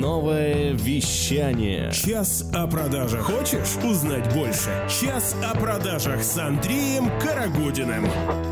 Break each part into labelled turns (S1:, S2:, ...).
S1: Новое вещание.
S2: Час о продажах. Хочешь узнать больше? Час о продажах с Андреем Карагодиным.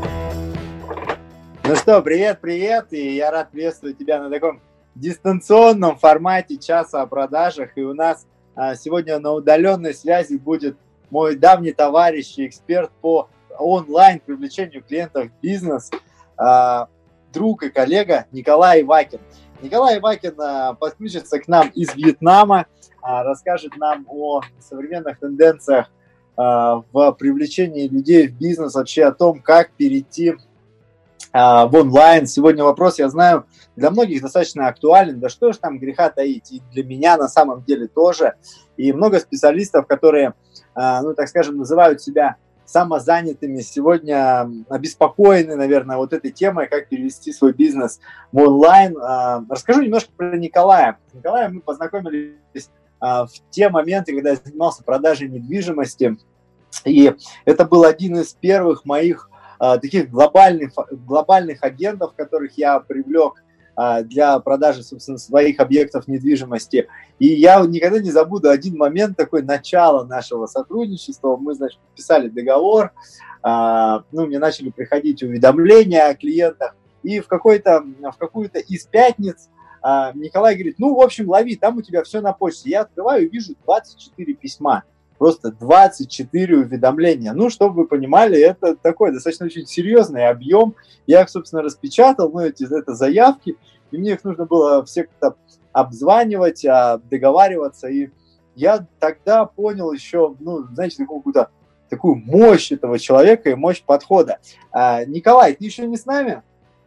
S3: Ну что, привет, и я рад приветствовать тебя на таком дистанционном формате часа о продажах. И у нас сегодня на удаленной связи будет мой давний товарищ и эксперт по онлайн привлечению клиентов в бизнес, друг и коллега Николай Ивакин. Николай Ивакин подключится к нам из Вьетнама, расскажет нам о современных тенденциях в привлечении людей в бизнес, вообще о том, как перейти в онлайн. Сегодня вопрос, я знаю, для многих достаточно актуален. Да что ж там греха таить, и для меня на самом деле тоже. И много специалистов, которые, так скажем, называют себя самозанятыми, сегодня обеспокоены, наверное, вот этой темой, как перевести свой бизнес в онлайн. Расскажу немножко про Николая. С Николаем мы познакомились в те моменты, когда я занимался продажей недвижимости. И это был один из первых моих таких глобальных агентов, которых я привлек для продажи, собственно, своих объектов недвижимости. И я никогда не забуду один момент, такой начало нашего сотрудничества. Мы, значит, подписали договор, мне начали приходить уведомления о клиентах. И в какую-то из пятниц Николай говорит, в общем, лови, там у тебя все на почте. Я открываю и вижу 24 письма. Просто 24 уведомления. Чтобы вы понимали, это такой достаточно очень серьезный объем. Я их, собственно, распечатал, это заявки, и мне их нужно было все как-то обзванивать, договариваться. И я тогда понял еще, какую-то такую мощь этого человека и мощь подхода. Николай, ты еще не с нами?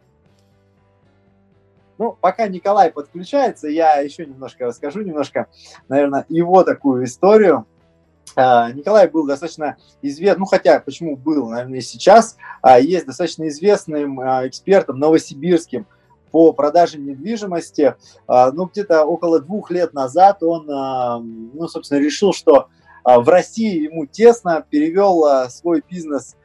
S3: Пока Николай подключается, я еще немножко расскажу, наверное, его такую историю. Николай был достаточно известным, хотя почему был, наверное, и сейчас, есть достаточно известным экспертом новосибирским по продаже недвижимости. Где-то около 2 лет назад он, собственно, решил, что в России ему тесно, перевел свой бизнес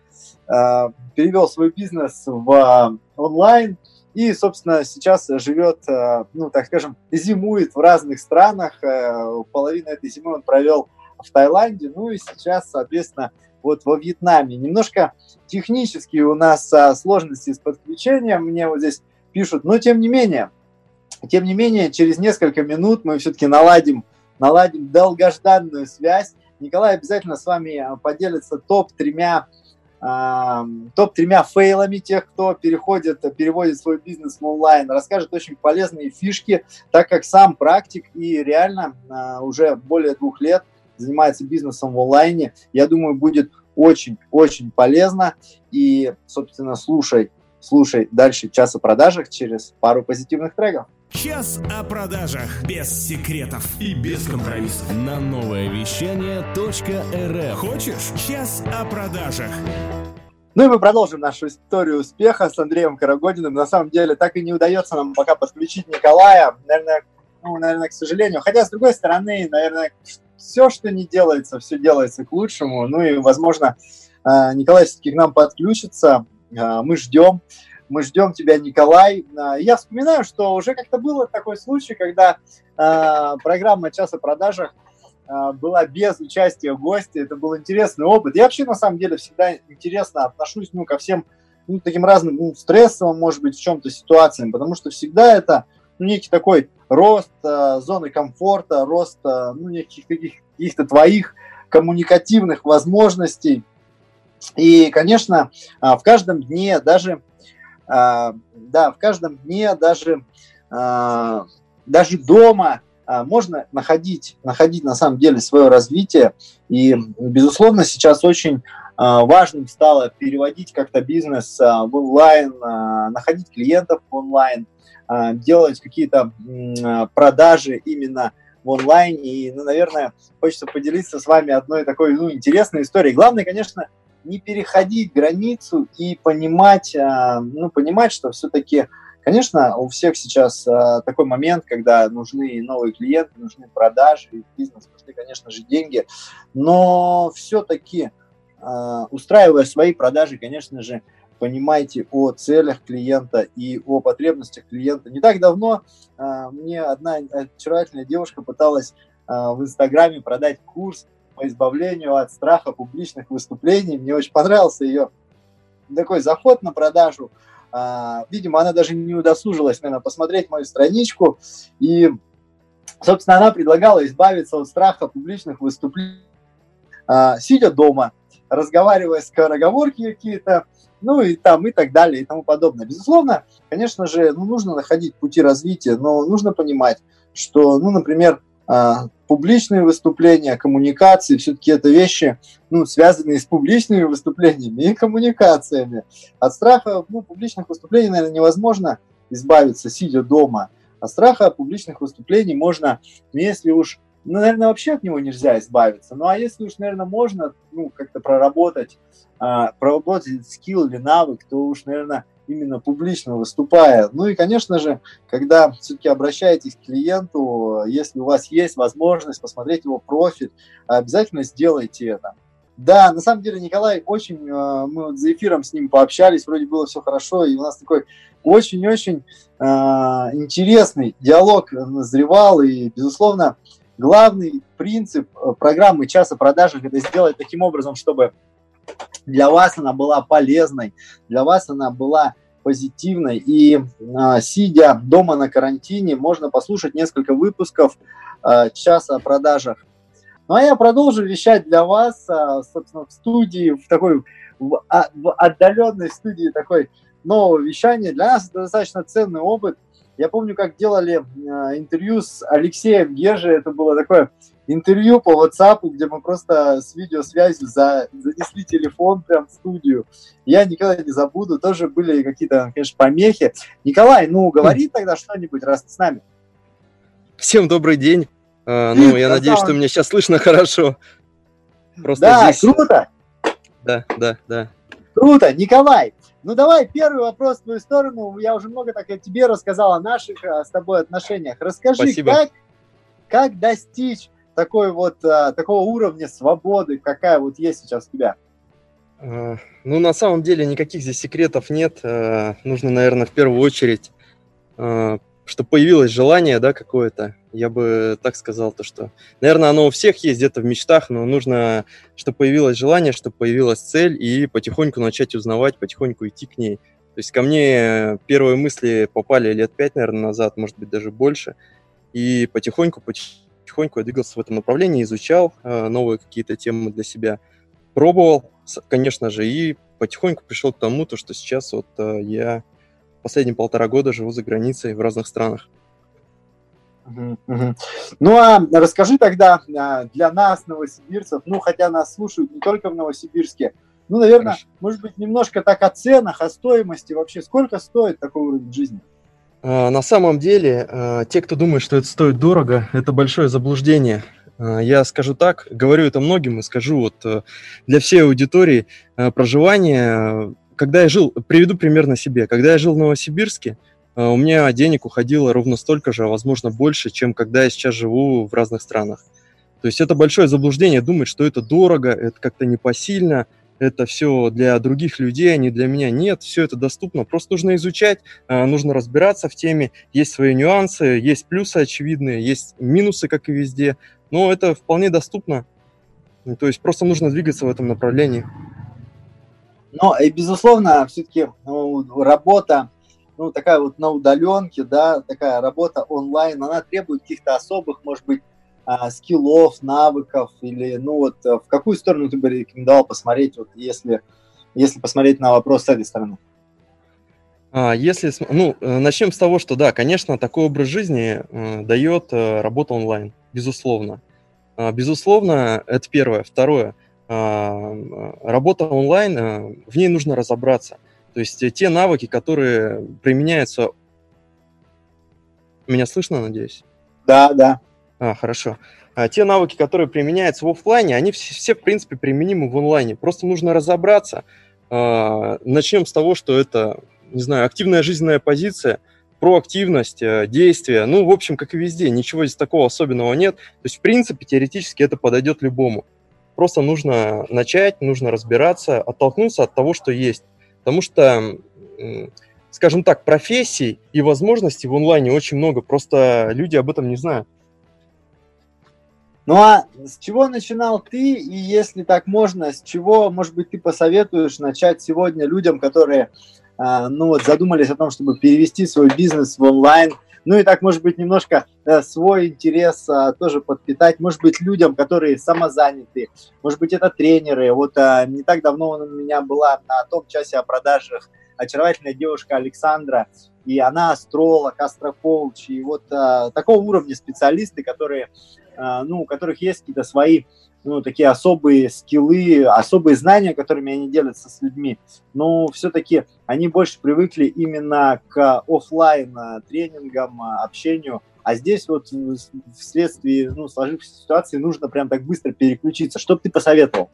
S3: в онлайн и, собственно, сейчас живет, зимует в разных странах. Половину этой зимы он провел в Таиланде, и сейчас, соответственно, во Вьетнаме. Немножко технически у нас сложности с подключением, мне здесь пишут, но тем не менее, через несколько минут мы все-таки наладим долгожданную связь. Николай обязательно с вами поделится топ-3 фейлами тех, кто переводит свой бизнес в онлайн, расскажет очень полезные фишки, так как сам практик и реально уже более 2 лет занимается бизнесом в онлайне. Я думаю, будет очень-очень полезно. И, собственно, слушай дальше час о продажах через пару позитивных треков.
S2: Час о продажах без секретов
S1: и без компромиссов на новоевещание.рф.
S2: Хочешь час о продажах?
S3: И мы продолжим нашу историю успеха с Андреем Карагодиным. На самом деле, так и не удается нам пока подключить Николая. Наверное, к сожалению. Хотя, с другой стороны, наверное, все, что не делается, все делается к лучшему. И, возможно, Николай все-таки к нам подключится. Мы ждем тебя, Николай. Я вспоминаю, что уже как-то был такой случай, когда программа «Час о продажах» была без участия гостя. Это был интересный опыт. Я вообще, на самом деле, всегда интересно отношусь ко всем таким разным стрессовым, может быть, в чем-то ситуациям, потому что всегда это некий такой рост зоны комфорта, рост неких каких-то твоих коммуникативных возможностей. И, конечно, в каждом дне даже дома можно находить на самом деле свое развитие. И, безусловно, сейчас очень важным стало переводить как-то бизнес в онлайн, находить клиентов в онлайн, делать какие-то продажи именно в онлайне. И, наверное, хочется поделиться с вами одной такой интересной историей. Главное, конечно, не переходить границу и понимать, что все-таки, конечно, у всех сейчас такой момент, когда нужны новые клиенты, нужны продажи, и в бизнес нужны, конечно же, деньги, но все-таки устраивая свои продажи, конечно же, понимайте о целях клиента и о потребностях клиента. Не так давно мне одна очаровательная девушка пыталась в Инстаграме продать курс по избавлению от страха публичных выступлений. Мне очень понравился ее такой заход на продажу. Видимо, она даже не удосужилась, наверное, посмотреть мою страничку. И, собственно, она предлагала избавиться от страха публичных выступлений, сидя дома, разговаривая скороговорки какие-то, ну и там и так далее и тому подобное. Безусловно, конечно же, нужно находить пути развития, но нужно понимать, что, например, публичные выступления, коммуникации, все-таки это вещи, связанные с публичными выступлениями и коммуникациями. От страха публичных выступлений, наверное, невозможно избавиться, сидя дома. От страха публичных выступлений можно, если уж, наверное, вообще от него нельзя избавиться. Ну, а если уж, наверное, можно, как-то проработать скилл или навык, то уж, наверное, именно публично выступая. Ну и, конечно же, когда все-таки обращаетесь к клиенту, если у вас есть возможность посмотреть его профиль, обязательно сделайте это. Да, на самом деле Николай мы вот за эфиром с ним пообщались, вроде было все хорошо, и у нас такой очень-очень интересный диалог назревал, и, безусловно, главный принцип программы «Час о продажах» – это сделать таким образом, чтобы для вас она была полезной, для вас она была позитивной. И сидя дома на карантине, можно послушать несколько выпусков «Часа о продажах». Ну, а я продолжу вещать для вас, собственно, в студии, в отдаленной студии такой нового вещания. Для нас это достаточно ценный опыт. Я помню, как делали интервью с Алексеем Гержи. Это было такое интервью по WhatsApp, где мы просто с видеосвязью занесли телефон прям в студию. Я никогда не забуду. Тоже были какие-то, конечно, помехи. Николай, говори тогда что-нибудь, раз ты с нами.
S4: Всем добрый день. Я надеюсь, что меня сейчас слышно хорошо. Просто
S3: да,
S4: здесь...
S3: круто.
S4: Да.
S3: Круто. Николай, давай первый вопрос в твою сторону. Я уже много так о тебе рассказал, о наших с тобой отношениях. Расскажи, как достичь такого уровня свободы, какая вот есть сейчас у тебя?
S4: На самом деле никаких здесь секретов нет. Нужно, наверное, в первую очередь, чтобы появилось желание, да, какое-то. Я бы так сказал, что, наверное, оно у всех есть где-то в мечтах, но нужно, чтобы появилось желание, чтобы появилась цель, и потихоньку начать узнавать, потихоньку идти к ней. То есть ко мне первые мысли попали лет 5, наверное, назад, может быть, даже больше. И потихоньку я двигался в этом направлении, изучал новые какие-то темы для себя, пробовал, конечно же, и потихоньку пришел к тому, что сейчас я последние 1,5 года живу за границей в разных странах.
S3: Ну, а расскажи тогда для нас, новосибирцев, хотя нас слушают не только в Новосибирске, наверное, Хорошо. Может быть, немножко так о ценах, о стоимости вообще. Сколько стоит такой уровень жизни?
S4: На самом деле, те, кто думает, что это стоит дорого, это большое заблуждение. Я скажу так, говорю это многим и скажу для всей аудитории проживание. Когда я жил, приведу пример на себе. Когда я жил в Новосибирске, у меня денег уходило ровно столько же, а возможно больше, чем когда я сейчас живу в разных странах. То есть это большое заблуждение думать, что это дорого, это как-то непосильно, это все для других людей, а не для меня. Нет, все это доступно, просто нужно изучать, нужно разбираться в теме. Есть свои нюансы, есть плюсы очевидные, есть минусы, как и везде, но это вполне доступно. То есть просто нужно двигаться в этом направлении.
S3: Но, и, безусловно, все-таки работа, такая на удаленке, да, такая работа онлайн, она требует каких-то особых, может быть, скиллов, навыков, или, в какую сторону ты бы рекомендовал посмотреть, если посмотреть на вопрос с этой стороны?
S4: Начнем с того, что, да, конечно, такой образ жизни дает работа онлайн, безусловно. Безусловно, это первое. Второе. Работа онлайн, в ней нужно разобраться. То есть те навыки, которые применяются... Меня слышно, надеюсь?
S3: Да.
S4: Хорошо. Те навыки, которые применяются в офлайне, они все, в принципе, применимы в онлайне. Просто нужно разобраться. Начнем с того, что это, активная жизненная позиция, проактивность, действия. В общем, как и везде, ничего здесь такого особенного нет. То есть, в принципе, теоретически это подойдет любому. Просто нужно начать, нужно разбираться, оттолкнуться от того, что есть. Потому что, скажем так, профессий и возможностей в онлайне очень много, просто люди об этом не знают.
S3: Ну а с чего начинал ты, и если так можно, с чего, может быть, ты посоветуешь начать сегодня людям, которые задумались о том, чтобы перевести свой бизнес в онлайн, ну и так, может быть, немножко свой интерес тоже подпитать, может быть, людям, которые самозаняты, может быть, это тренеры. Вот не так давно у меня была на том часе о продажах очаровательная девушка Александра, и она астролог, астрополч, и вот такого уровня специалисты, которые, у которых есть какие-то свои, такие особые скиллы, особые знания, которыми они делятся с людьми. Но все-таки они больше привыкли именно к офлайн тренингам, общению, а здесь вот вследствие сложившейся ситуации нужно прям так быстро переключиться. Что бы ты посоветовал?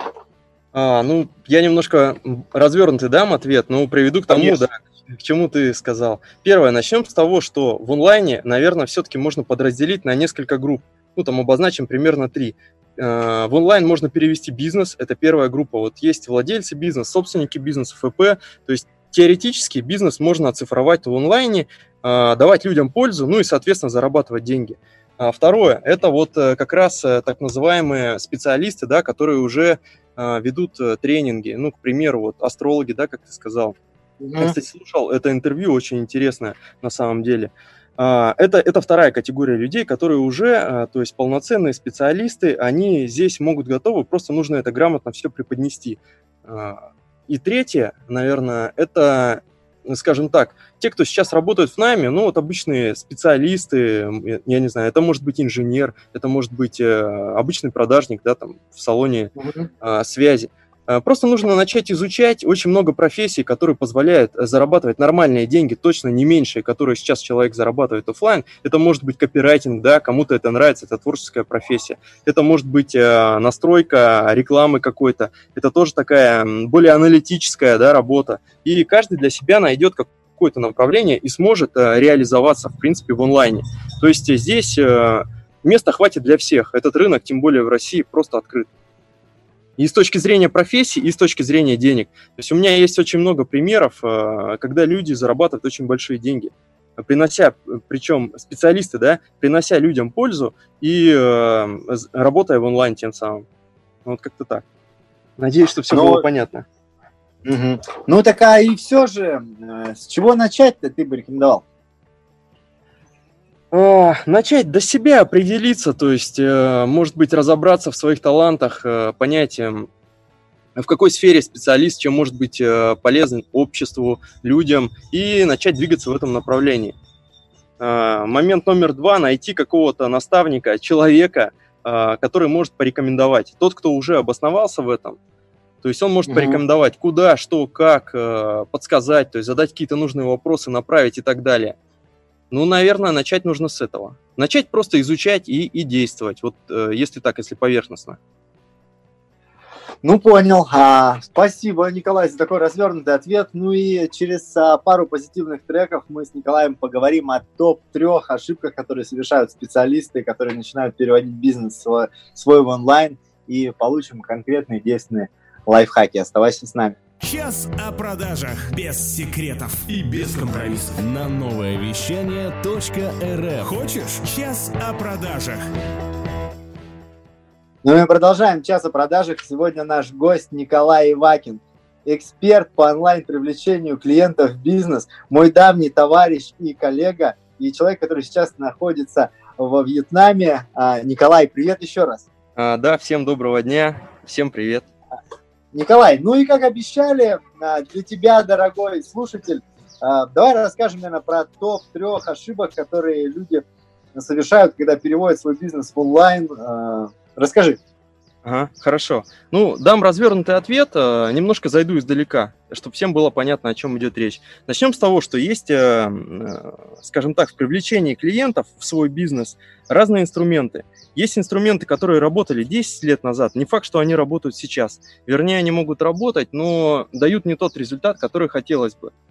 S4: Я немножко развернутый дам ответ, но приведу к тому, к чему ты сказал. Первое, начнем с того, что в онлайне, наверное, все-таки можно подразделить на несколько групп. Обозначим примерно 3. В онлайн можно перевести бизнес, это первая группа. Вот есть владельцы бизнеса, собственники бизнеса, ФП. То есть теоретически бизнес можно оцифровать в онлайне, давать людям пользу, и, соответственно, зарабатывать деньги. Второе, это вот как раз так называемые специалисты, да, которые уже ведут тренинги. К примеру, вот астрологи, да, как ты сказал. Я, кстати, слушал это интервью, очень интересное на самом деле. Это вторая категория людей, которые уже, то есть полноценные специалисты, они здесь могут готовы, просто нужно это грамотно все преподнести. И третье, наверное, это, скажем так, те, кто сейчас работают в найме, обычные специалисты, я не знаю, это может быть инженер, это может быть обычный продажник, да, там в салоне связи. Просто нужно начать изучать очень много профессий, которые позволяют зарабатывать нормальные деньги, точно не меньшие, которые сейчас человек зарабатывает офлайн. Это может быть копирайтинг, да, кому-то это нравится, это творческая профессия. Это может быть настройка рекламы какой-то. Это тоже такая более аналитическая, да, работа. И каждый для себя найдет какое-то направление и сможет реализоваться, в принципе, в онлайне. То есть здесь места хватит для всех. Этот рынок, тем более в России, просто открыт. И с точки зрения профессии, и с точки зрения денег. То есть у меня есть очень много примеров, когда люди зарабатывают очень большие деньги, причем специалисты, да, принося людям пользу и работая в онлайн тем самым. Вот как-то так. Надеюсь, что все было понятно.
S3: Угу. И все же, с чего начать-то ты бы рекомендовал?
S4: Начать до себя определиться, то есть, может быть, разобраться в своих талантах, понять, в какой сфере специалист, чем может быть полезен обществу, людям, и начать двигаться в этом направлении. Момент номер 2 – найти какого-то наставника, человека, который может порекомендовать. Тот, кто уже обосновался в этом, то есть он может порекомендовать, куда, что, как, подсказать, то есть задать какие-то нужные вопросы, направить и так далее. Наверное, начать нужно с этого. Начать просто изучать и действовать. Вот если поверхностно.
S3: Понял. Спасибо, Николай, за такой развернутый ответ. И через пару позитивных треков мы с Николаем поговорим о топ-3 ошибках, которые совершают специалисты, которые начинают переводить бизнес свой в онлайн, и получим конкретные действенные лайфхаки. Оставайся с нами.
S2: Час о продажах без секретов
S1: и без компромиссов на новое вещание.рф.
S2: Хочешь час о продажах?
S3: Мы продолжаем час о продажах. Сегодня наш гость Николай Ивакин, эксперт по онлайн-привлечению клиентов в бизнес, мой давний товарищ и коллега, и человек, который сейчас находится во Вьетнаме. Николай, привет еще раз.
S4: Да, всем доброго дня, всем привет.
S3: Николай, и как обещали, для тебя, дорогой слушатель, давай расскажем, наверное, про топ-3 ошибок, которые люди совершают, когда переводят свой бизнес в онлайн. Расскажи.
S4: Хорошо. Дам развернутый ответ, немножко зайду издалека, чтобы всем было понятно, о чем идет речь. Начнем с того, что есть, скажем так, в привлечении клиентов в свой бизнес разные инструменты. Есть инструменты, которые работали 10 лет назад, не факт, что они работают сейчас. Вернее, они могут работать, но дают не тот результат, который хотелось бы.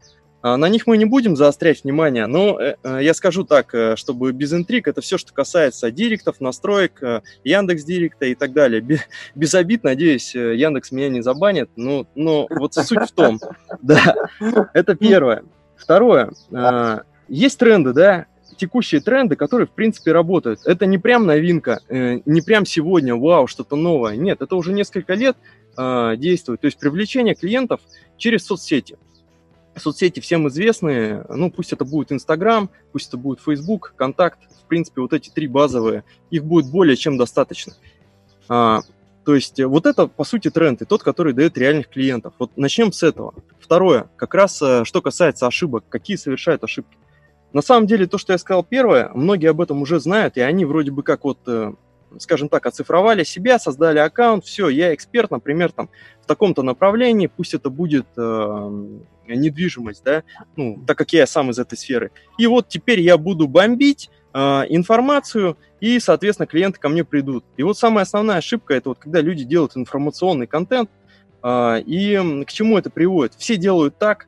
S4: На них мы не будем заострять внимание, но я скажу так, чтобы без интриг, это все, что касается директов, настроек, Яндекс.Директа и так далее. Без обид, надеюсь, Яндекс меня не забанит, но вот суть в том, да, это первое. Второе, есть тренды, да, текущие тренды, которые, в принципе, работают. Это не прям новинка, не прям сегодня, вау, что-то новое. Нет, это уже несколько лет действует. То есть привлечение клиентов через соцсети. Соцсети всем известные, ну, пусть это будет Инстаграм, пусть это будет Фейсбук, Контакт, в принципе, вот эти три базовые, их будет более чем достаточно. То есть вот это, по сути, тренд, и тот, который дает реальных клиентов. Вот начнем с этого. Второе, как раз, что касается ошибок, какие совершают ошибки. На самом деле, то, что я сказал первое, многие об этом уже знают, и они вроде бы как вот, скажем так, оцифровали себя, создали аккаунт, все, я эксперт, например, там, в таком-то направлении, пусть это будет недвижимость, да, ну, так как я сам из этой сферы. И вот теперь я буду бомбить информацию, и, соответственно, клиенты ко мне придут. И вот самая основная ошибка, это вот когда люди делают информационный контент, и к чему это приводит? Все делают так,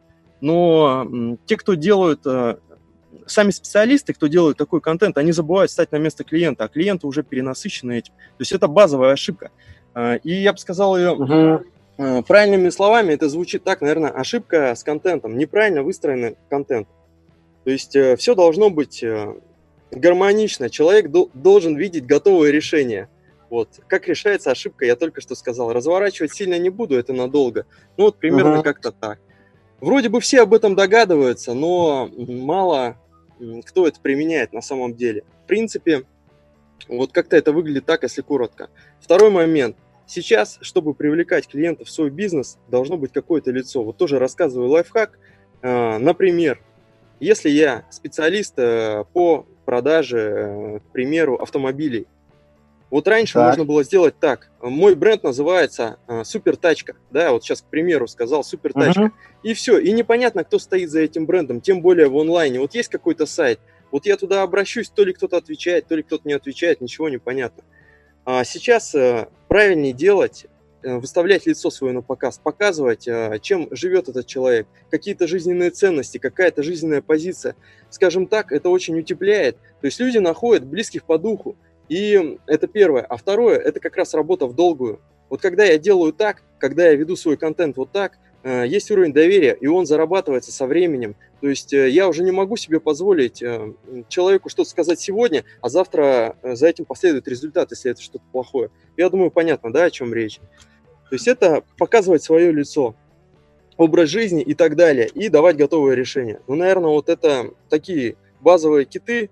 S4: но те, кто делают, сами специалисты, кто делают такой контент, они забывают встать на место клиента, а клиенты уже перенасыщены этим. То есть это базовая ошибка. И я бы сказал ее правильными словами, это звучит так, наверное, ошибка с контентом, неправильно выстроенный контент. То есть все должно быть гармонично, человек должен видеть готовое решение. Вот. Как решается ошибка, я только что сказал. Разворачивать сильно не буду, это надолго. Ну вот примерно как-то так. Вроде бы все об этом догадываются, но мало кто это применяет на самом деле. В принципе, вот как-то это выглядит так, если коротко. Второй момент. Сейчас, чтобы привлекать клиентов в свой бизнес, должно быть какое-то лицо. Вот тоже рассказываю лайфхак. Например, если я специалист по продаже, к примеру, автомобилей. Вот раньше можно было сделать так. Мой бренд называется Супертачка. Да, вот сейчас, к примеру, сказал Супертачка. И все. И непонятно, кто стоит за этим брендом, тем более в онлайне. Вот есть какой-то сайт. Вот я туда обращусь, то ли кто-то отвечает, то ли кто-то не отвечает, ничего не понятно. А сейчас правильнее делать, выставлять лицо свое на показ, показывать, чем живет этот человек, какие-то жизненные ценности, какая-то жизненная позиция. Скажем так, это очень утепляет. То есть люди находят близких по духу. И это первое. А второе, это как раз работа в долгую. Вот когда я делаю так, когда я веду свой контент вот так, есть уровень доверия, и он зарабатывается со временем. То есть я уже не могу себе позволить человеку что-то сказать сегодня, а завтра за этим последует результат, если это что-то плохое. Я думаю, понятно, да, о чем речь. То есть это показывать свое лицо, образ жизни и так далее, и давать готовые решения. Ну, наверное, вот это такие базовые киты.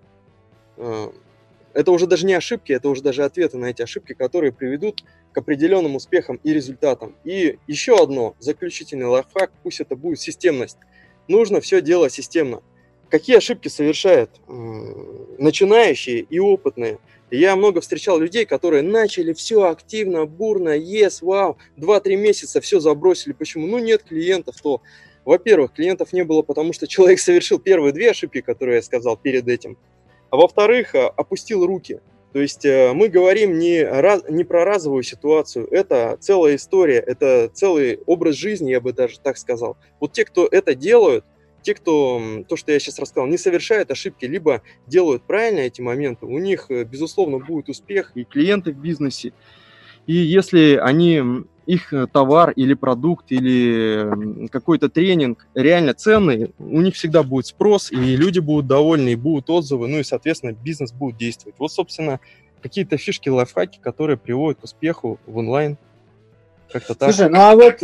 S4: Это уже даже не ошибки, это уже даже ответы на эти ошибки, которые приведут к определенным успехам и результатам. И еще одно, заключительный лайфхак, пусть это будет системность. Нужно все делать системно. Какие ошибки совершают начинающие и опытные? Я много встречал людей, которые начали все активно, бурно, вау, 2-3 месяца все забросили. Почему? Ну нет клиентов, то, во-первых, клиентов не было, потому что человек совершил первые 2 ошибки, которые я сказал перед этим. А во-вторых, опустил руки. То есть мы говорим не про разовую ситуацию, это целая история, это целый образ жизни, я бы даже так сказал. Вот те, кто это делают, те, кто, то, что я сейчас рассказал, не совершают ошибки, либо делают правильно эти моменты, у них, безусловно, будет успех и клиенты в бизнесе. И если их товар или продукт или какой-то тренинг реально ценный, у них всегда будет спрос, и люди будут довольны, и будут отзывы, ну и, соответственно, бизнес будет действовать. Вот, собственно, какие-то фишки, лайфхаки, которые приводят к успеху в онлайн. Как-то так.
S3: Слушай,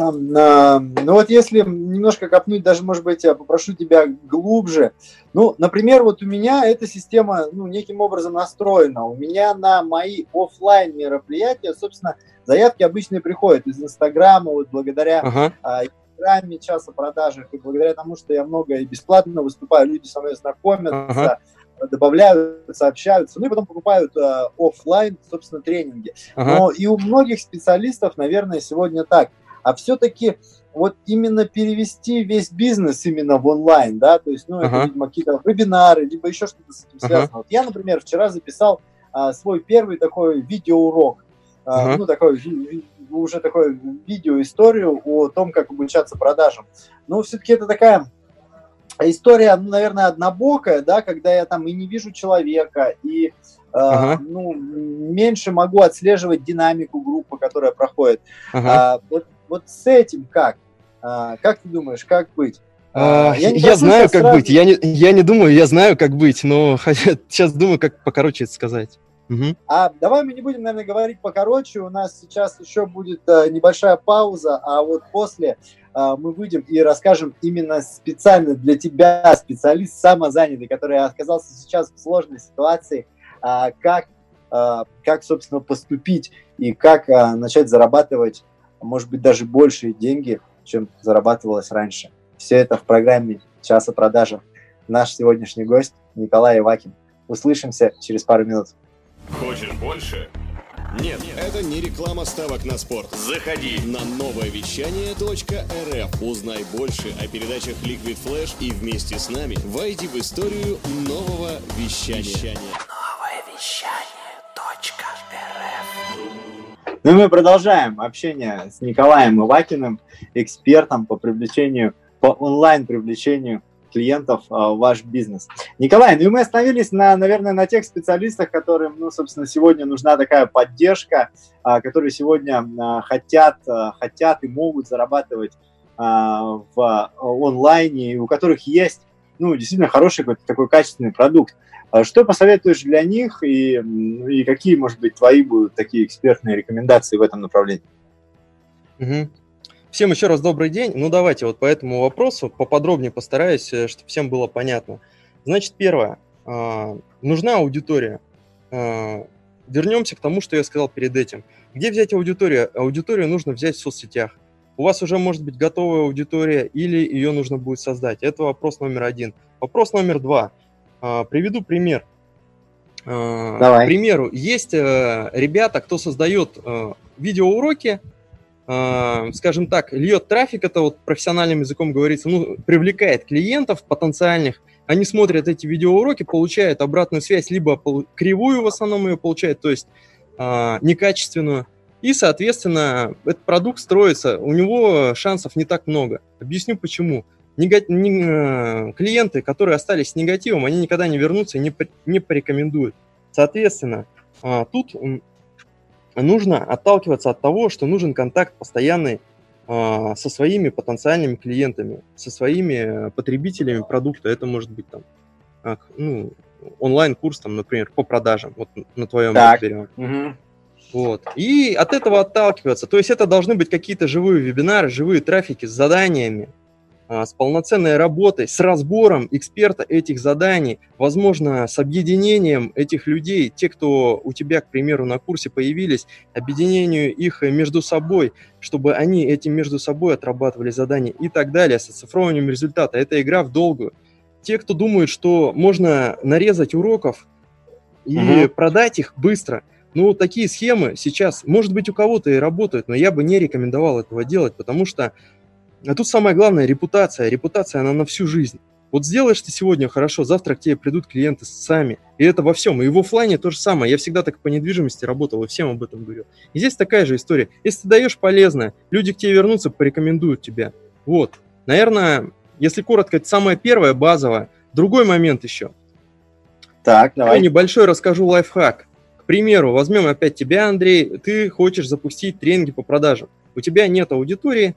S3: ну вот если немножко копнуть, даже, может быть, я попрошу тебя глубже. Ну, например, вот у меня эта система, неким образом настроена. У меня на мои офлайн мероприятия, собственно, заявки обычно приходят из Инстаграма, вот благодаря Инстаграме, часа продажах, и благодаря тому, что я много и бесплатно выступаю, люди со мной знакомятся, добавляются, общаются, ну и потом покупают офлайн, собственно, тренинги. Но и у многих специалистов, наверное, сегодня так. А все-таки вот именно перевести весь бизнес именно в онлайн, да, то есть, это, видимо, какие-то вебинары, либо еще что-то с этим связано. Вот я, например, вчера записал свой первый такой видеоурок, уже такой видеоисторию о том, как обучаться продажам. Но все-таки это такая история, ну, наверное, однобокая, да, когда я там и не вижу человека, и ну, меньше могу отслеживать динамику группы, которая проходит. Вот с этим как? Как ты думаешь, как быть?
S4: Я знаю, как быть. Я не думаю, я знаю, как быть, но сейчас думаю, как покороче это сказать.
S3: Давай мы не будем, наверное, говорить покороче. У нас сейчас еще будет небольшая пауза, а вот после мы выйдем и расскажем именно специально для тебя, специалист самозанятый, который оказался сейчас в сложной ситуации, как, собственно, поступить и как начать зарабатывать, может быть, даже большие деньги, чем зарабатывалось раньше. Все это в программе «Час о продажах». Наш сегодняшний гость Николай Ивакин. Услышимся через пару минут.
S1: Хочешь больше? Нет, это не реклама ставок на спорт. Заходи на новоевещание.рф. Узнай больше о передачах Liquid Flash и вместе с нами войди в историю нового вещания.
S3: Новоевещание.рф. Ну и мы продолжаем общение с Николаем Ивакиным, экспертом по онлайн-привлечению клиентов в ваш бизнес. Николай, ну и мы остановились, наверное, на тех специалистах, которым, ну, собственно, сегодня нужна такая поддержка, которые сегодня хотят и могут зарабатывать в онлайне, и у которых есть, ну, действительно хороший какой-то такой качественный продукт. Что посоветуешь для них и какие, может быть, твои будут такие экспертные рекомендации в этом направлении?
S4: Всем еще раз добрый день. Ну, давайте вот по этому вопросу поподробнее постараюсь, чтобы всем было понятно. Значит, первое. Нужна аудитория. Вернемся к тому, что я сказал перед этим. Где взять аудиторию? Аудиторию нужно взять в соцсетях. У вас уже может быть готовая аудитория или ее нужно будет создать. Это вопрос номер один. Вопрос номер два. Приведу пример.
S3: Давай.
S4: К примеру, есть ребята, кто создает видеоуроки, скажем так, льет трафик, это вот профессиональным языком говорится, ну, привлекает клиентов потенциальных, они смотрят эти видеоуроки, получают обратную связь, либо кривую в основном ее получают, то есть некачественную, и, соответственно, этот продукт строится, у него шансов не так много. Объясню почему. Клиенты, которые остались с негативом, они никогда не вернутся и не порекомендуют. Соответственно, тут нужно отталкиваться от того, что нужен контакт постоянный со своими потенциальными клиентами, со своими потребителями продукта. Это может быть там, ну, онлайн-курс, там, например, по продажам. Вот на твоем берем. Вот. И от этого отталкиваться. То есть это должны быть какие-то живые вебинары, живые трафики с заданиями, с полноценной работой, с разбором эксперта этих заданий, возможно, с объединением этих людей, те, кто у тебя, к примеру, на курсе появились, объединению их между собой, чтобы они этим между собой отрабатывали задания и так далее, с оцифровыванием результата. Это игра в долгую. Те, кто думают, что можно нарезать уроков и продать их быстро, ну, такие схемы сейчас, может быть, у кого-то и работают, но я бы не рекомендовал этого делать, потому что тут самое главное – репутация. Репутация, она на всю жизнь. Вот сделаешь ты сегодня хорошо, завтра к тебе придут клиенты сами. И это во всем. И в офлайне то же самое. Я всегда так по недвижимости работал и всем об этом говорю. И здесь такая же история. Если ты даешь полезное, люди к тебе вернутся, порекомендуют тебя. Вот. Наверное, если коротко, это самое первое, базовое. Другой момент еще.
S3: Так, давай.
S4: Я небольшой расскажу лайфхак. К примеру, возьмем опять тебя, Андрей. Ты хочешь запустить тренинги по продажам. У тебя нет аудитории,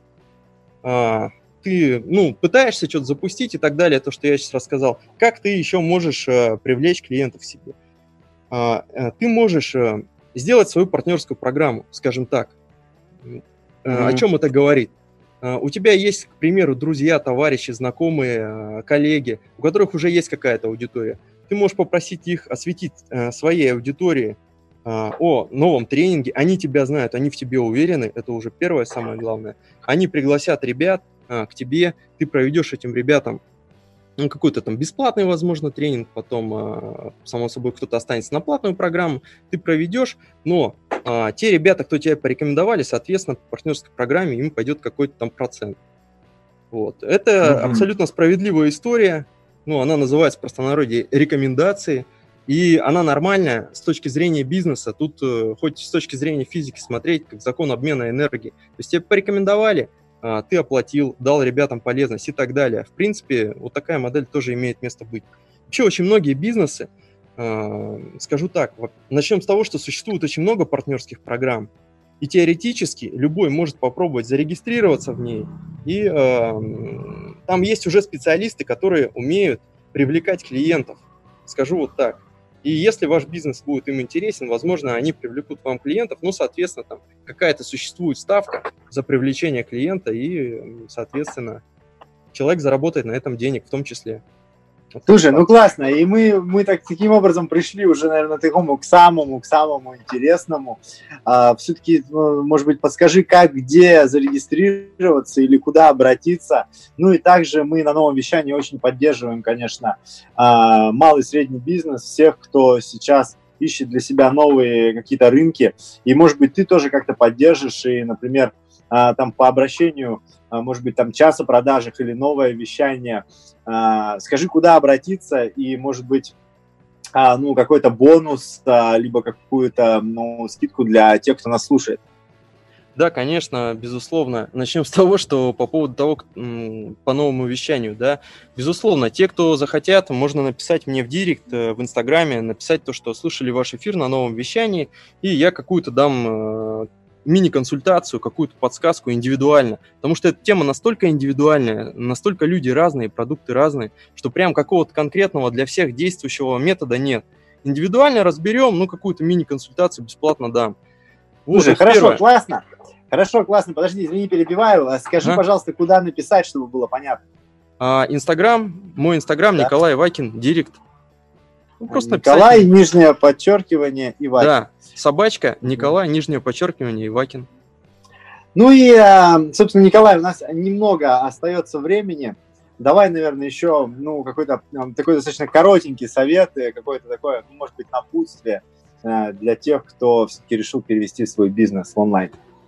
S4: ты, ну, пытаешься что-то запустить и так далее, то, что я сейчас рассказал. Как ты еще можешь привлечь клиентов к себе? Ты можешь сделать свою партнерскую программу, скажем так. О чем это говорит? У тебя есть, к примеру, друзья, товарищи, знакомые, коллеги, у которых уже есть какая-то аудитория. Ты можешь попросить их осветить своей аудитории о новом тренинге, они тебя знают, они в тебе уверены, это уже первое, самое главное. Они пригласят ребят к тебе, ты проведешь этим ребятам какой-то там бесплатный, возможно, тренинг, потом, само собой, кто-то останется на платную программу, ты проведешь, но те ребята, кто тебя порекомендовали, соответственно, по партнерской программе им пойдет какой-то там процент. Вот. Это абсолютно справедливая история, ну, она называется в простонародье рекомендации, и она нормальная с точки зрения бизнеса. Тут хоть с точки зрения физики смотреть, как закон обмена энергии. То есть тебе порекомендовали, ты оплатил, дал ребятам полезность и так далее. В принципе, вот такая модель тоже имеет место быть. Вообще очень многие бизнесы, скажу так, начнем с того, что существует очень много партнерских программ, и теоретически любой может попробовать зарегистрироваться в ней, и там есть уже специалисты, которые умеют привлекать клиентов, скажу вот так. И если ваш бизнес будет им интересен, возможно, они привлекут вам клиентов, ну, соответственно, там какая-то существует ставка за привлечение клиента, и, соответственно, человек заработает на этом денег в том числе. Вот.
S3: Слушай, ну классно, и мы таким образом пришли уже, наверное, к самому интересному. Все-таки, может быть, подскажи, как, где зарегистрироваться или куда обратиться. Ну и также мы на новом вещании очень поддерживаем, конечно, малый и средний бизнес, всех, кто сейчас ищет для себя новые какие-то рынки. И, может быть, ты тоже как-то поддержишь и, например, там по обращению, может быть, там час о продажах или новое вещание. Скажи, куда обратиться, и, может быть, какой-то бонус, либо какую-то скидку для тех, кто нас слушает.
S4: Да, конечно, безусловно. Начнем с того, что по поводу того, по новому вещанию, да, безусловно, те, кто захотят, можно написать мне в директ, в Инстаграме, написать то, что слышали ваш эфир на новом вещании, и я какую-то дам мини-консультацию, какую-то подсказку индивидуально, потому что эта тема настолько индивидуальная, настолько люди разные, продукты разные, что прям какого-то конкретного для всех действующего метода нет. Индивидуально разберем, какую-то мини-консультацию бесплатно дам.
S3: Слушай, хорошо, классно. Хорошо, классно. Подожди, извини, перебиваю. Скажи, пожалуйста, куда написать, чтобы было понятно.
S4: Инстаграм, мой Инстаграм, да. Николай Ивакин, директ.
S3: Просто Николай, написать... нижнее подчеркивание, Ивакин.
S4: Да, собачка, Николай, нижнее подчеркивание, Ивакин.
S3: Ну и, собственно, Николай, у нас немного остается времени. Давай, наверное, еще какой-то такой достаточно коротенький совет, какое-то такое, может быть, напутствие для тех, кто все-таки решил перевести свой бизнес в онлайн.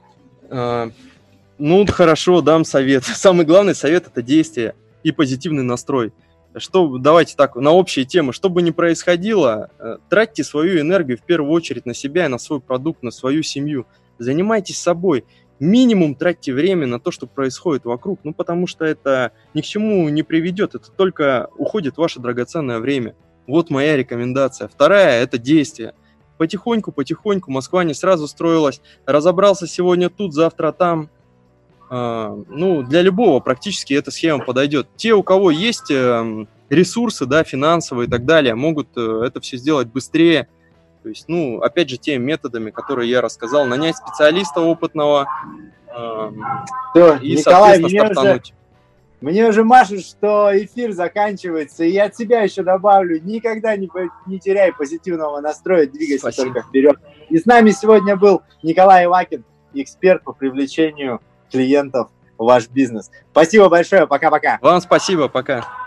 S4: Хорошо, дам совет. Самый главный совет – это действие и позитивный настрой. Давайте так, на общие темы. Что бы ни происходило, тратьте свою энергию в первую очередь на себя и на свой продукт, на свою семью. Занимайтесь собой. Минимум тратьте время на то, что происходит вокруг, потому что это ни к чему не приведет, это только уходит ваше драгоценное время. Вот моя рекомендация. Вторая – это действие. Потихоньку, Москва не сразу строилась. Разобрался сегодня тут, завтра там. Для любого практически эта схема подойдет. Те, у кого есть ресурсы, да, финансовые и так далее, могут это все сделать быстрее. То есть, опять же, теми методами, которые я рассказал, нанять специалиста опытного и,
S3: Николай,
S4: соответственно, стартануть.
S3: Мне уже машут, что эфир заканчивается, и я от себя еще добавлю, никогда не теряй позитивного настроя, двигайся только вперед. И с нами сегодня был Николай Ивакин, эксперт по привлечению клиентов в ваш бизнес. Спасибо большое, пока-пока.
S4: Вам спасибо, пока.